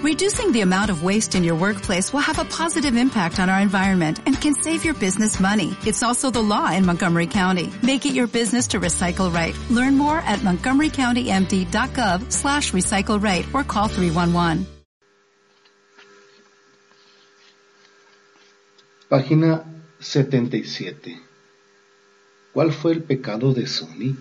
Reducing the amount of waste in your workplace will have a positive impact on our environment and can save your business money. It's also the law in Montgomery County. Make it your business to recycle right. Learn more at montgomerycountymd.gov/recycle right or call 311. Página 77. ¿Cuál fue el pecado de Sony?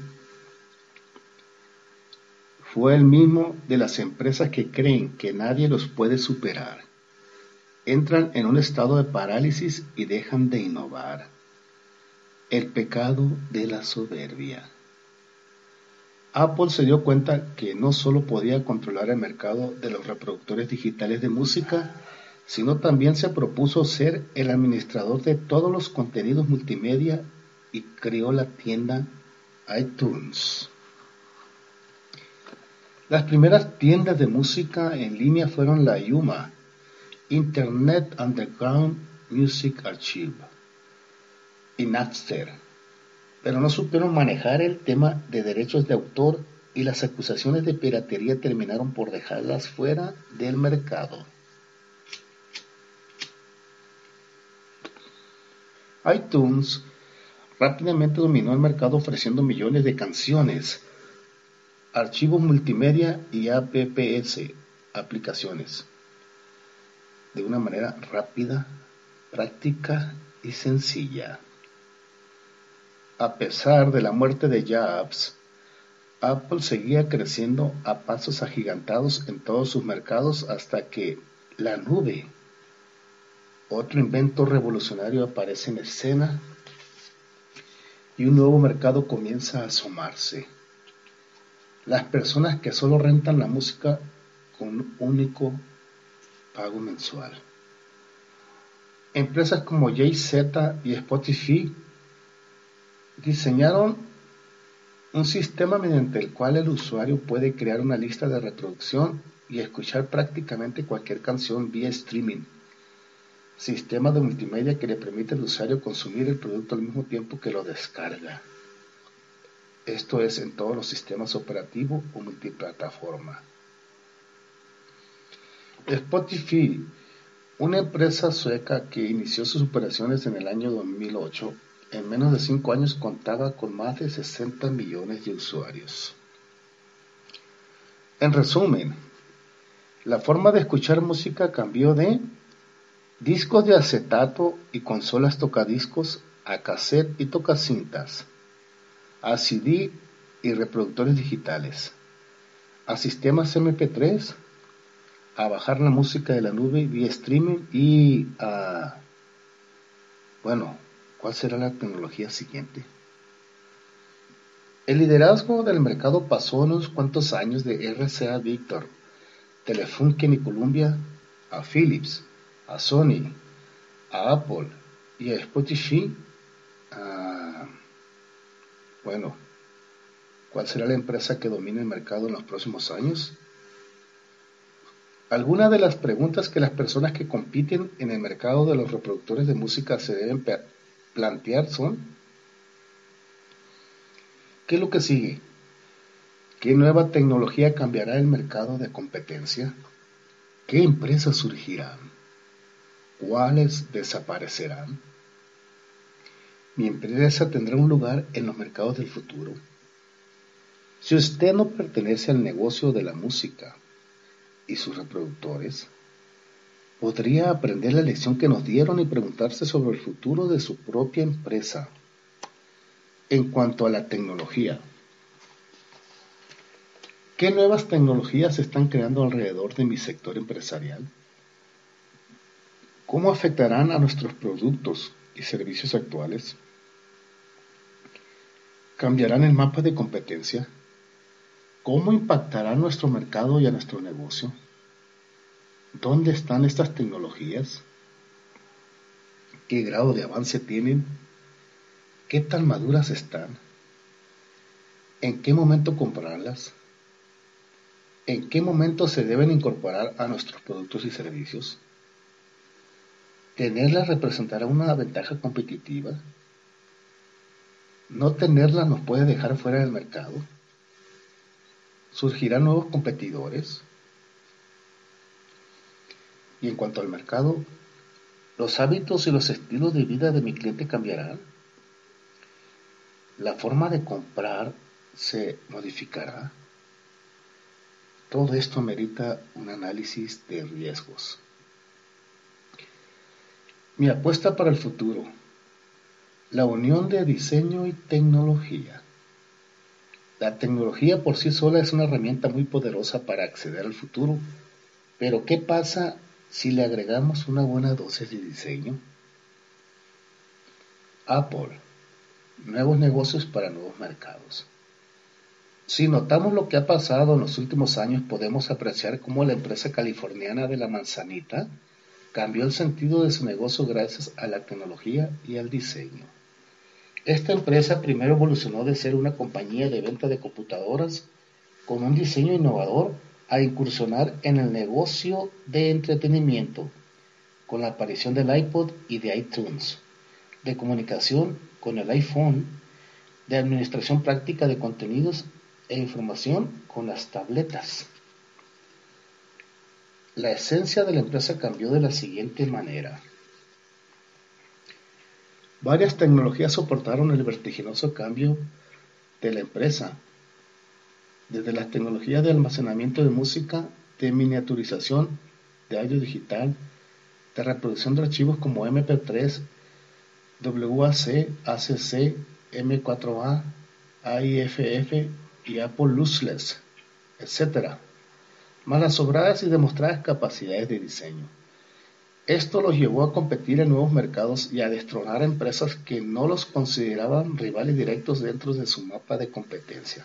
Fue el mismo de las empresas que creen que nadie los puede superar. Entran en un estado de parálisis y dejan de innovar. El pecado de la soberbia. Apple se dio cuenta que no solo podía controlar el mercado de los reproductores digitales de música, sino también se propuso ser el administrador de todos los contenidos multimedia y creó la tienda iTunes. Las primeras tiendas de música en línea fueron la IUMA, Internet Underground Music Archive, y Napster, pero no supieron manejar el tema de derechos de autor y las acusaciones de piratería terminaron por dejarlas fuera del mercado. iTunes rápidamente dominó el mercado ofreciendo millones de canciones, archivos multimedia y apps, aplicaciones, de una manera rápida, práctica y sencilla. A pesar de la muerte de Jobs, Apple seguía creciendo a pasos agigantados en todos sus mercados hasta que la nube, otro invento revolucionario, aparece en escena y un nuevo mercado comienza a asomarse. Las personas que solo rentan la música con un único pago mensual. Empresas como Jay-Z y Spotify diseñaron un sistema mediante el cual el usuario puede crear una lista de reproducción y escuchar prácticamente cualquier canción vía streaming. Sistema de multimedia que le permite al usuario consumir el producto al mismo tiempo que lo descarga. Esto es en todos los sistemas operativos o multiplataforma. Spotify, una empresa sueca que inició sus operaciones en el año 2008, en menos de 5 años contaba con más de 60 millones de usuarios. En resumen, la forma de escuchar música cambió de discos de acetato y consolas tocadiscos a cassette y tocacintas, a CD y reproductores digitales, a sistemas MP3, a bajar la música de la nube vía streaming y a... ¿cuál será la tecnología siguiente? El liderazgo del mercado pasó en unos cuantos años de RCA Victor, Telefunken y Columbia a Philips, a Sony, a Apple y a Spotify. ¿Cuál será la empresa que domine el mercado en los próximos años? Algunas de las preguntas que las personas que compiten en el mercado de los reproductores de música se deben plantear son: ¿qué es lo que sigue? ¿Qué nueva tecnología cambiará el mercado de competencia? ¿Qué empresas surgirán? ¿Cuáles desaparecerán? ¿Mi empresa tendrá un lugar en los mercados del futuro? Si usted no pertenece al negocio de la música y sus reproductores, podría aprender la lección que nos dieron y preguntarse sobre el futuro de su propia empresa. En cuanto a la tecnología, ¿qué nuevas tecnologías se están creando alrededor de mi sector empresarial? ¿Cómo afectarán a nuestros productos y servicios actuales? ¿Cambiarán el mapa de competencia? ¿Cómo impactará nuestro mercado y a nuestro negocio? ¿Dónde están estas tecnologías? ¿Qué grado de avance tienen? ¿Qué tan maduras están? ¿En qué momento comprarlas? ¿En qué momento se deben incorporar a nuestros productos y servicios? ¿Tenerlas representará una ventaja competitiva? ¿No tenerlas nos puede dejar fuera del mercado? ¿Surgirán nuevos competidores? Y en cuanto al mercado, ¿los hábitos y los estilos de vida de mi cliente cambiarán? ¿La forma de comprar se modificará? Todo esto amerita un análisis de riesgos. Mi apuesta para el futuro: la unión de diseño y tecnología. La tecnología por sí sola es una herramienta muy poderosa para acceder al futuro, pero ¿qué pasa si le agregamos una buena dosis de diseño? Apple: nuevos negocios para nuevos mercados. Si notamos lo que ha pasado en los últimos años, podemos apreciar cómo la empresa californiana de la manzanita cambió el sentido de su negocio gracias a la tecnología y al diseño. Esta empresa primero evolucionó de ser una compañía de venta de computadoras con un diseño innovador a incursionar en el negocio de entretenimiento con la aparición del iPod y de iTunes, de comunicación con el iPhone, de administración práctica de contenidos e información con las tabletas. La esencia de la empresa cambió de la siguiente manera. Varias tecnologías soportaron el vertiginoso cambio de la empresa, desde las tecnologías de almacenamiento de música, de miniaturización, de audio digital, de reproducción de archivos como MP3, WAC, ACC, M4A, AIFF y Apple Lossless, etc., más las sobradas y demostradas capacidades de diseño. Esto los llevó a competir en nuevos mercados y a destronar a empresas que no los consideraban rivales directos dentro de su mapa de competencia.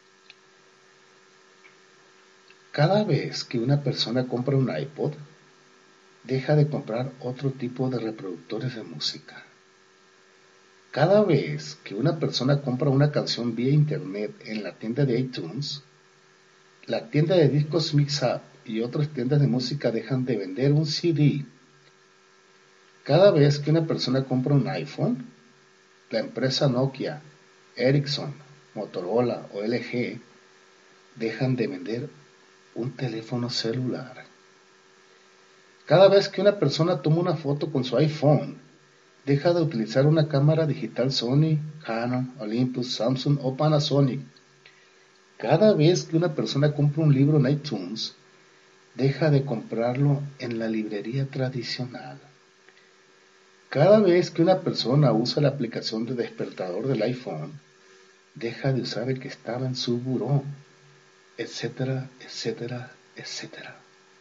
Cada vez que una persona compra un iPod, deja de comprar otro tipo de reproductores de música. Cada vez que una persona compra una canción vía internet en la tienda de iTunes, la tienda de discos Mix-Up y otras tiendas de música dejan de vender un CD. Cada vez que una persona compra un iPhone, la empresa Nokia, Ericsson, Motorola o LG dejan de vender un teléfono celular. Cada vez que una persona toma una foto con su iPhone, deja de utilizar una cámara digital Sony, Canon, Olympus, Samsung o Panasonic. Cada vez que una persona compra un libro en iTunes, deja de comprarlo en la librería tradicional. Cada vez que una persona usa la aplicación de despertador del iPhone, deja de usar el que estaba en su buró, etcétera, etcétera, etcétera.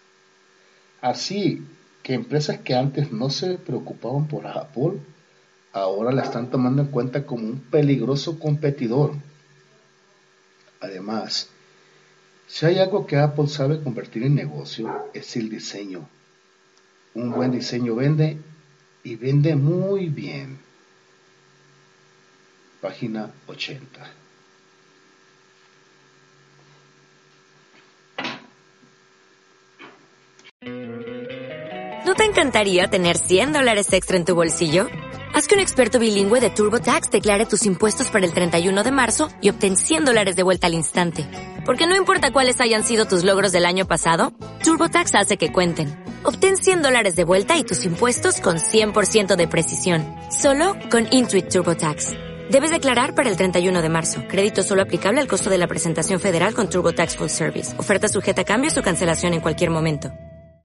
Así que empresas que antes no se preocupaban por Apple, ahora la están tomando en cuenta como un peligroso competidor. Además, si hay algo que Apple sabe convertir en negocio, es el diseño. Un buen diseño vende, y vende muy bien. Página 80. ¿No te encantaría tener $100 extra en tu bolsillo? Haz que un experto bilingüe de TurboTax declare tus impuestos para el 31 de marzo y obtén $100 de vuelta al instante. Porque no importa cuáles hayan sido tus logros del año pasado, TurboTax hace que cuenten. Obtén $100 de vuelta y tus impuestos con 100% de precisión. Solo con Intuit TurboTax. Debes declarar para el 31 de marzo. Crédito solo aplicable al costo de la presentación federal con TurboTax Full Service. Oferta sujeta a cambios o cancelación en cualquier momento.